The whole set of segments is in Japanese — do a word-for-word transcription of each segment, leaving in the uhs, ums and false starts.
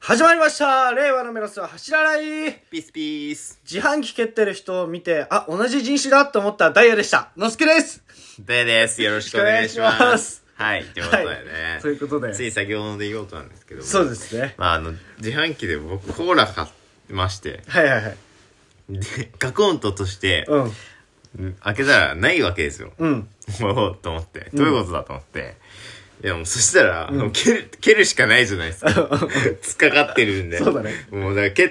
始まりました。令和のメロスは走らない。 ピースピース。 自販機蹴ってる人を見て、あ、同じ人種だと思ったダイヤでした。のすけです。 ダイヤです。よろしくお願いします。 お願いします。 はい。ということでね。 はい、そういうことで。 つい先ほどの出来事なんですけども。 そうですね。 まあ、あの、自販機で僕コーラ買ってまして。 はいはいはい。 で、ガコンととして、 うん。 開けたらないわけですよ。 うん。 もう、と思って。どういうことだと思って。いやもうそしたら、うん、蹴る、蹴るしかないじゃないですか。突っかかってるんで。 そうだね。 もうだから蹴って、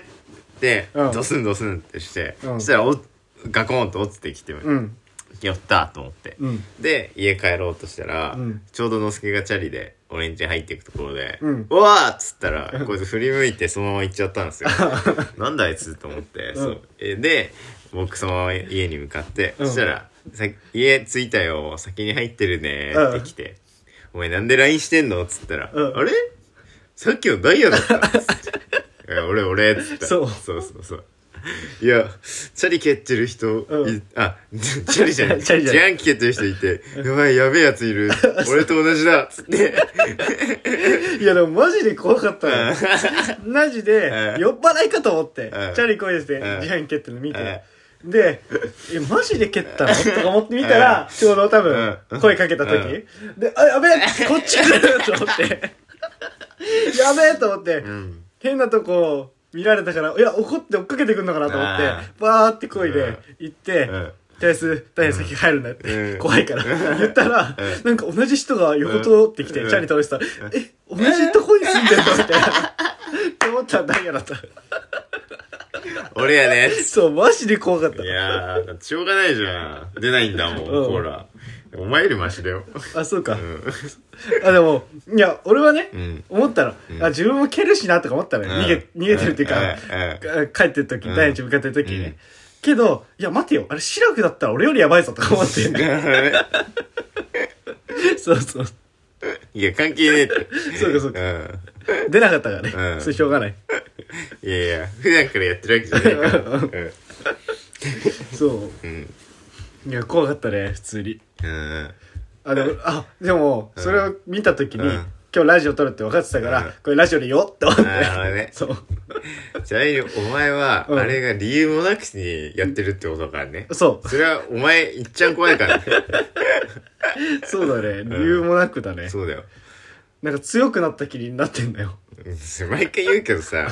うん、 ドスンドスンってして、 うん、 そしたらおガコンと落ちてきて、うん、寄ったと思って、うん。で、家帰ろうとしたら、うん、ちょうどのすけがチャリで俺ん家入っていくところで、うん、うわーっつったら、こいつ振り向いてそのまま行っちゃったんですよ。なんだあいつと思って、うん、そうえ。で、僕そのまま家に向かって、うん、そしたら、さ家着いたよ、先に入ってるねーって来て、お前なんで ライン してんのっつったら、うん、あれさっきのダイヤだったっつっていや俺俺っつったらそうそうそうそういやチャリ蹴ってる人、うん、あチャリじゃない自販機蹴ってる人いてやばいやべえやついる俺と同じだっつっていやでもマジで怖かったのマジで酔っ払いかと思ってチャリこいでて自販機蹴ってるの見てで、え、マジで蹴ったのとか思ってみたら、ちょうど多分、声かけた時、うん、で、あ、やべえこっち来ると思って、やべえと思って、うん、変なとこ見られたから、いや、怒って追っかけてくんのかなと思って、バーって声で行って、うん、とりあえず、ダイヤ先入るんだって、うん、怖いから、言ったら、うん、なんか同じ人が横通ってきて、うん、チャリ倒したら、え、同じとこに住んでんのみたいな。って思ったらダイヤだった。 俺やね。 そう、マジで怖かった。 いやー、しょうがないじゃん。出ないんだもん、うん、コーラ。お前よりマシだよ。 あ、そうか。うん、あ、でも、いや、俺はね、うん、思ったら、うん、あ、自分も蹴るしなとか思ったのよ。うん、逃げ、逃げてるっていうか、うん、帰ってる時、ダイヤに向かってる時にね。うん、けど、いや、待てよ。あれ、シラフだったら俺よりやばいぞとか思って。そうそう。 いや、関係ねえって。 そうかそうか。うん、出なかったからね。うん、それしょうがない。 いやいや、普段からやってるわけじゃないから。うん、 そう。うん。いや、怖かったね、普通に。 うん。 あ、でも、あ、でも、それを見たときに、うん、今日ラジオ撮るって分かってたから、うん、これラジオでよって思って。 なるほどね。 そう。 ちなみに、お前は、あれが理由もなくにやってるってことだからね。 そう。 それは、お前、いっちゃん怖いからね。 そうだね。理由もなくだね。 うん、そうだよ。 なんか強くなった気になってんだよ。 毎回言うけどさ、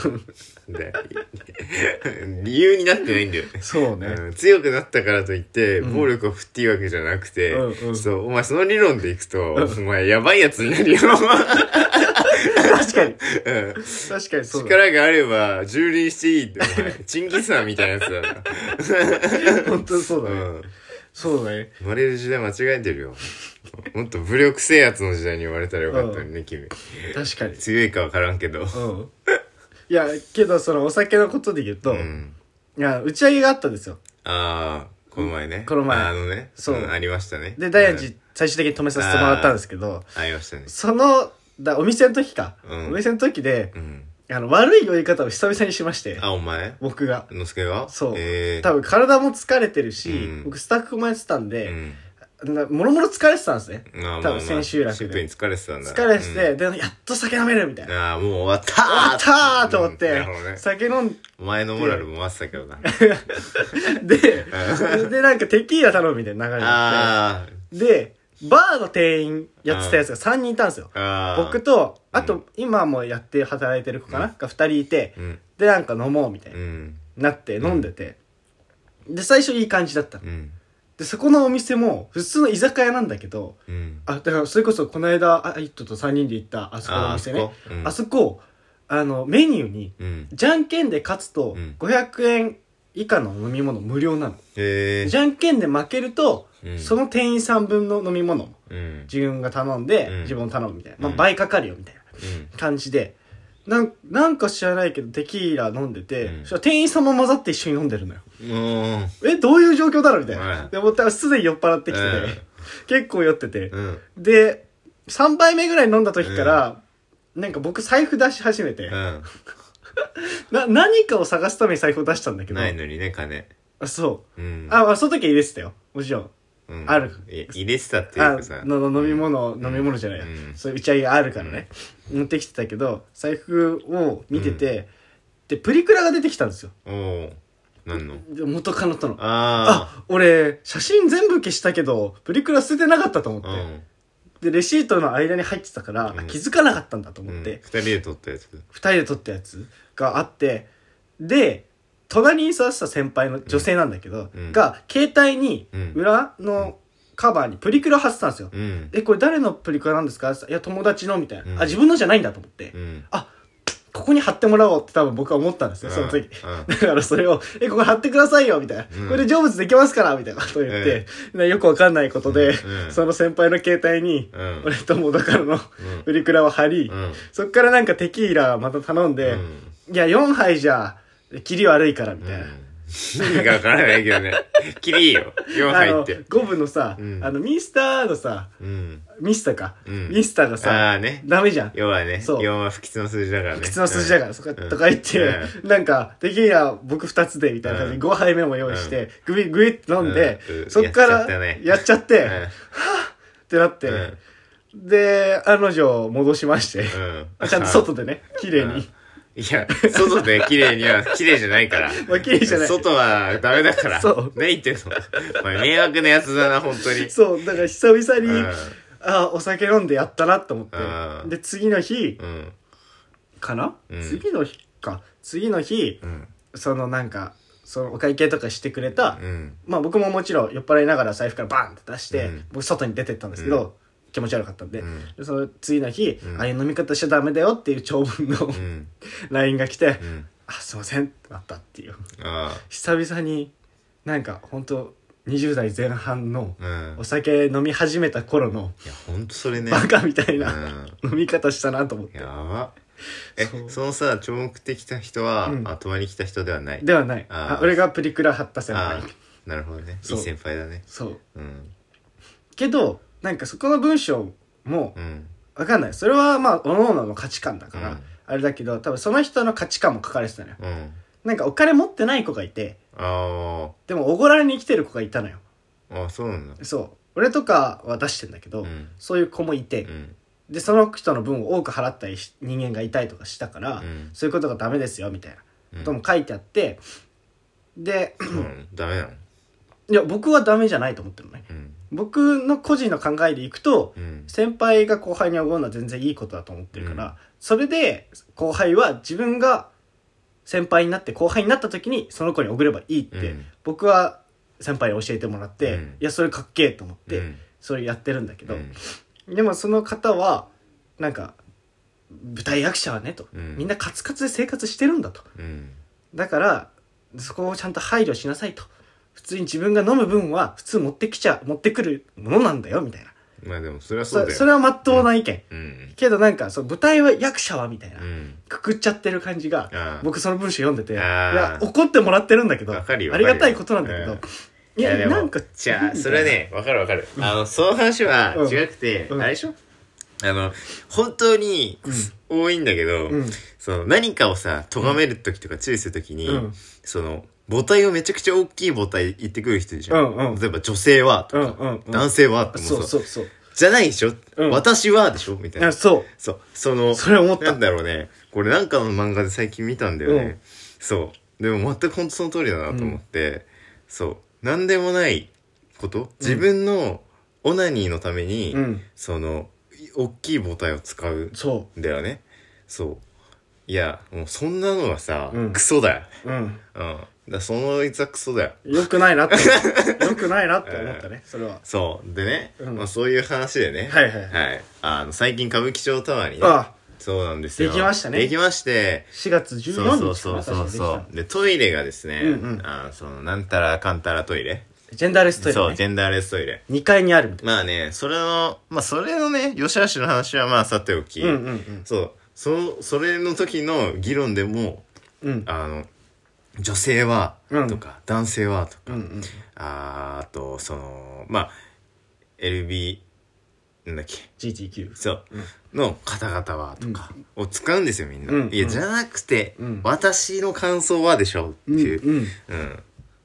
理由になってないんだよね。 そうね、 うん。強くなったからといって、暴力を振っていいわけじゃなくて、うんうん、そう、お前その理論でいくと、うん、お前やばいやつになるよ。 確かに。うん、確かにそうだ。 力があれば、蹂躙していいって、お前、チンギスマンみたいなやつだな。 本当にそうだね。うん、そうだね。 生まれる時代間違えてるよ。もっと武力制圧の時代に言われたらよかったのにね、うん、君。 確かに。 強いか分からんけど。うん。 いや、けどそのお酒のことで言うと、うん、いや、打ち上げがあったんですよ。 ああ、この前ね。 この前。 あのね。そう。うん、ありましたね。 で、ダイヤジ、最終的に止めさせてもらったんですけど、 ありましたね。 その、だお店の時か。うん、お店の時で、うんあの、悪い酔い方を久々にしまして。 あ、お前僕が。 のすけがそう。えー、多分体も疲れてるし、うん、僕スタッフもやってたんで、うん、もろもろ疲れてたんですね。 あ多分千秋楽で。 シンプルに疲れてたんだ。 疲れてて、うん、で、やっと酒飲めるみたいな。 ああ、もう終わったー終わったーと思って、うんね、酒飲んで。 お前のモラルも回ってたけどな。 で、で、なんかテキーラ頼むみたいな流れになって。で、バーの店員やってたやつがさんにんいたんですよ。僕と、あと、今もやって働いてる子かな、うん、がふたりいて、うん、で、なんか飲もうみたいな、うん、なって飲んでて、で、最初いい感じだった。うん、で、そこのお店も、普通の居酒屋なんだけど、うん、あ、だからそれこそこの間、あ、イットとさんにんで行ったあそこのお店ね。あそこ、うん、あそこ、あの、メニューに、うん、じゃんけんで勝つと、ごひゃくえん以下の飲み物無料なの。 へー。 じゃんけんで負けると、うん、その店員さんぶんの飲み物も、うん、自分が頼んで、うん、自分頼むみたいな。まあ、倍かかるよみたいな感じで、なん、なんか知らないけどテキーラ飲んでて、うん、そしたら店員さんも混ざって一緒に飲んでるのよ。うん、え、どういう状況だろうみたいな。うん、で、思ったらすでに酔っ払ってきてて、うん、結構酔ってて、うん、で、さんばいめぐらい飲んだ時から、うん、なんか僕財布出し始めて、うん、な、何かを探すために財布を出したんだけど。 ないのにね、金。 あ、そう。うん、あ、まあ、その時は入れてたよ。もちろん。 ある、 うん、入れてたっていうかさの飲み物、うん、飲み物じゃないや、うん、そういう打ち上げがあるからね、うん、持ってきてたけど財布を見てて、うん、でプリクラが出てきたんですよ。 お何の元カノとの。 ああ俺写真全部消したけどプリクラ捨ててなかったと思って、うん、でレシートの間に入ってたから、うん、気づかなかったんだと思って、うん、 ふたりで撮ったやつふたりで撮ったやつがあって、で隣に座ってた先輩の女性なんだけど、うん、が携帯に裏のカバーにプリクラ貼ってたんですよ、うん、えこれ誰のプリクラなんですか？いや友達のみたいな、うん、あ自分のじゃないんだと思って、うん、あここに貼ってもらおうって多分僕は思ったんですよその時、うん、だからそれをえここ貼ってくださいよみたいな、うん、これで成仏できますからみたいなことを言って、うん、よくわかんないことで、うん、その先輩の携帯に、うん、俺と元カノのプリクラを貼り、うん、そっからなんかテキーラまた頼んで、うん、いやよんはいじゃキリ悪いからみたいな、うん、 意味がわからないけどねキリいいよよんはいってゴブのさ、うん、あのミスターのさ、うん、ミスターか、うん、ミスターがさ、 ね、ダメじゃん。 要はねそうよんは不吉の数字だからね不吉の数字だから、うん、そかとか言って、うん、なんかテキーラ僕ふたつでみたいな感じでごはいめも用意して、うん、グイグイって飲んで、うん、そっからやっちゃって、うん、はぁってなって、うん、で案の定戻しまして、うん、ちゃんと外でね綺麗に、うんいや、外で綺麗には綺麗じゃないから。 まあ綺麗じゃない。 外はダメだから。そう。ね言ってんの。お前迷惑なやつだな、本当に。 そう、だから久々に、うん、あお酒飲んでやったなと思って。うん、で、次の日、うん、かな、うん、次の日か。次の日、うん、そのなんか、そのお会計とかしてくれた、うん、まあ僕ももちろん酔っ払いながら財布からバンって出して、うん、僕外に出てったんですけど、うん気持ち悪かったんで、うん、でその次の日、うん、ああいう飲み方しちゃダメだよっていう長文の、うん、ライン が来て、うん、あすいませんってなったっていうあ久々になんかほんとにじゅう代前半のお酒飲み始めた頃の、 いやほんとそれねバカみたいな、うん、飲み方したなと思って。 やばえ そ, そのさ彫刻できた人は、うん、泊まりに来た人ではないではないああ俺がプリクラ貼った先輩。 なるほどねいい先輩だねそう、うん、けどなんかそこの文章も、うん、わかんない。それはまあ、各々の価値観だから、うん、あれだけど、多分その人の価値観も書かれてたのよ。うん、なんかお金持ってない子がいて、あでもおごられに来てる子がいたのよ。 ああ、そうなんだ。 そう。俺とかは出してんだけど、うん、そういう子もいて、うん、で、その人の分を多く払った人間がいたりとかしたから、うん、そういうことがダメですよ、みたいなことも書いてあって、で、 うん、ダメなの？ いや、僕はダメじゃないと思ってるのね。うん僕の個人の考えでいくと、うん、先輩が後輩におごるのは全然いいことだと思ってるから、うん、それで後輩は自分が先輩になって後輩になった時にその子におごればいいって、うん、僕は先輩に教えてもらって、うん、いやそれかっけえと思って、うん、それやってるんだけど、うん、でもその方はなんか舞台役者はねと、うん、みんなカツカツで生活してるんだと、うん、だからそこをちゃんと配慮しなさいと。普通に自分が飲む分は普通持ってきちゃ持ってくるものなんだよみたいな。 まあでもそれはそうだよ。 そ, それは真っ当な意見、うんうん、けどなんかそう舞台は役者はみたいな、うん、くくっちゃってる感じが僕その文章読んでていや怒ってもらってるんだけどありがたいことなんだけど、うん、いやいやなんかじゃあそれはね分かる分かる、うん、あのその話は違くて、うん、あれでしょあの本当に多いんだけど、うん、その何かをさ咎める時とか注意する時に、うん、その母体をめちゃくちゃ大きい母体言ってくる人でしょ、うんうん、例えば女性はとか、うんうんうん、男性はってもそうそうそうじゃないでしょ、うん、私はでしょみたいなそうそうそのそれ思ったなんだろうねこれなんかの漫画で最近見たんだよね、うん、そうでも全く本当その通りだなと思って、うん、そうなんでもないこと自分のオナニーのために、うん、その大きい母体を使うんだよねそういやもうそんなのはさ、うん、クソだようん、うんだそのいつはクソだよよくないなってよくないなって思ったねそれはそうでね、うんまあ、そういう話でねはいはい、 はい、あの最近歌舞伎町タワーにねああそうなんですよできましたねできましてしがつじゅうよっかそうそうそうそうでトイレがですね、うんうん、あそのなんたらかんたらトイレジェンダーレストイレ、ね、 そうジェンダーレストイレにかいにあるみたいなまあねそれのまあそれのね吉橋の話はまあさておき、うんうんうん、そうそそれの時の議論でも、うん、あの女性は、うん、とか男性はとか、うんうん、あ, あとそのまあ エルビー なんだっけジーティーキューそう、うん、の方々はとかを使うんですよみんな、うん、いやじゃなくて、うん、私の感想はでしょっていう、うんうんうん、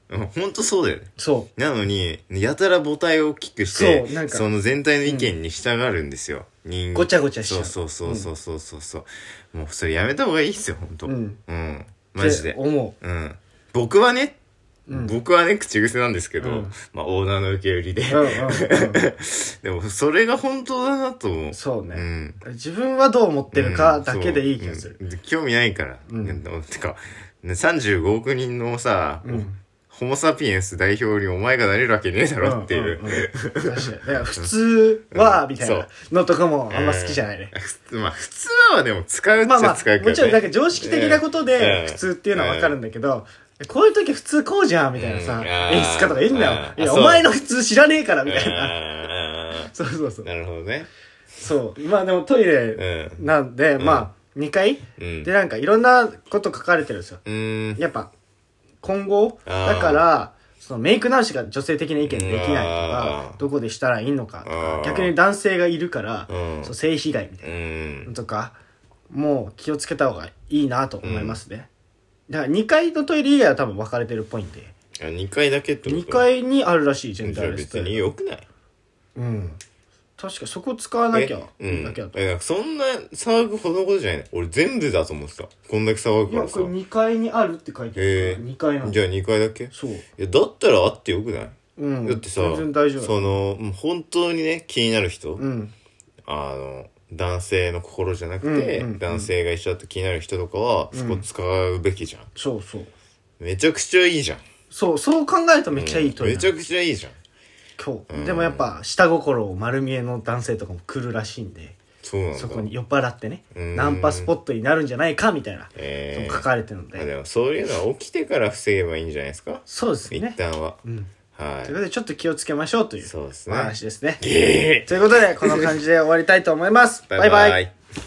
ほんとそうだよね。 そう。 なのに、やたら母体を大きくして、そう、なんかその全体の意見に従うんですよ。うん、人ごちゃごちゃしちゃう。 そうそうそうそうそうそう、うん。もうそれやめた方がいいっすよ、ほんと。うん。うん。マジで。 思う。うん。僕はね、うん、僕はね、口癖なんですけど、うん、まあ、オーナーの受け売りで。うんうんうん、でも、それが本当だなと思う。 そうね。うん、自分はどう思ってるかだけでいい気がする。 うん、興味ないから。うん、てか、さんじゅうごおく人のさ、うん、ホモサピエンス代表にお前がなれるわけねえだろっていう。うんうんうん、確かに。普通は、みたいなのとかもあんま好きじゃないね。 うん、まあ、普通はでも使うっちゃ使うけど、ね。まあまあ、 もちろんなんか常識的なことで普通っていうのはわかるんだけど、こういう時普通こうじゃんみたいなさ、うん、演出家とかいるんだよ。いや、お前の普通知らねえからみたいな。そうそうそう。 なるほどね。 そう。まあでもトイレなんで、うん、まあにかい、うん、でなんかいろんなこと書かれてるんですよ。うん、やっぱ今後、だから、そのメイク直しが女性的な意見できないとか、どこでしたらいいのかとか、逆に男性がいるから、うん、そう性被害みたいな、とか、もう気をつけた方がいいなと思いますね。だからにかいのトイレ以外は多分分かれてるっぽいんで。 あ、にかいだけってこと？ に 階にあるらしい、ジェンダーレストイレ。 別に良くない？ うん。確かそこ使わなきゃいいだけだと。え、うん、え、なんかそんな騒ぐほどのことじゃないね。俺全部だと思ってた。こんだけ騒ぐからさ。 いや、これにかいにあるって書いてあるから、にかいなんだ。 じゃあにかいだけ？ そう。いや、だったらあってよくない？うん。だってさ、 全然大丈夫。 その、本当にね、気になる人、うん、あの、男性の心じゃなくて、うんうんうん、男性が一緒だと気になる人とかは、そこ使うべきじゃん。うん、そうそう。めちゃくちゃいいじゃん。 そう、そう考えるとめっちゃいいトイレ、 うん。めちゃくちゃいいじゃん。 今日、うん、でもやっぱ下心を丸見えの男性とかも来るらしいんで、 そうなんだ。 そこに酔っ払ってね、ナンパスポットになるんじゃないかみたいな、えー、書かれてるので。 でもそういうのは起きてから防げばいいんじゃないですか。 そうですね。 一旦は。うん。 はい。ということでちょっと気をつけましょうというお話ですね。 そうですね。 ということでこの感じで終わりたいと思います。バイバイ。バイバイ。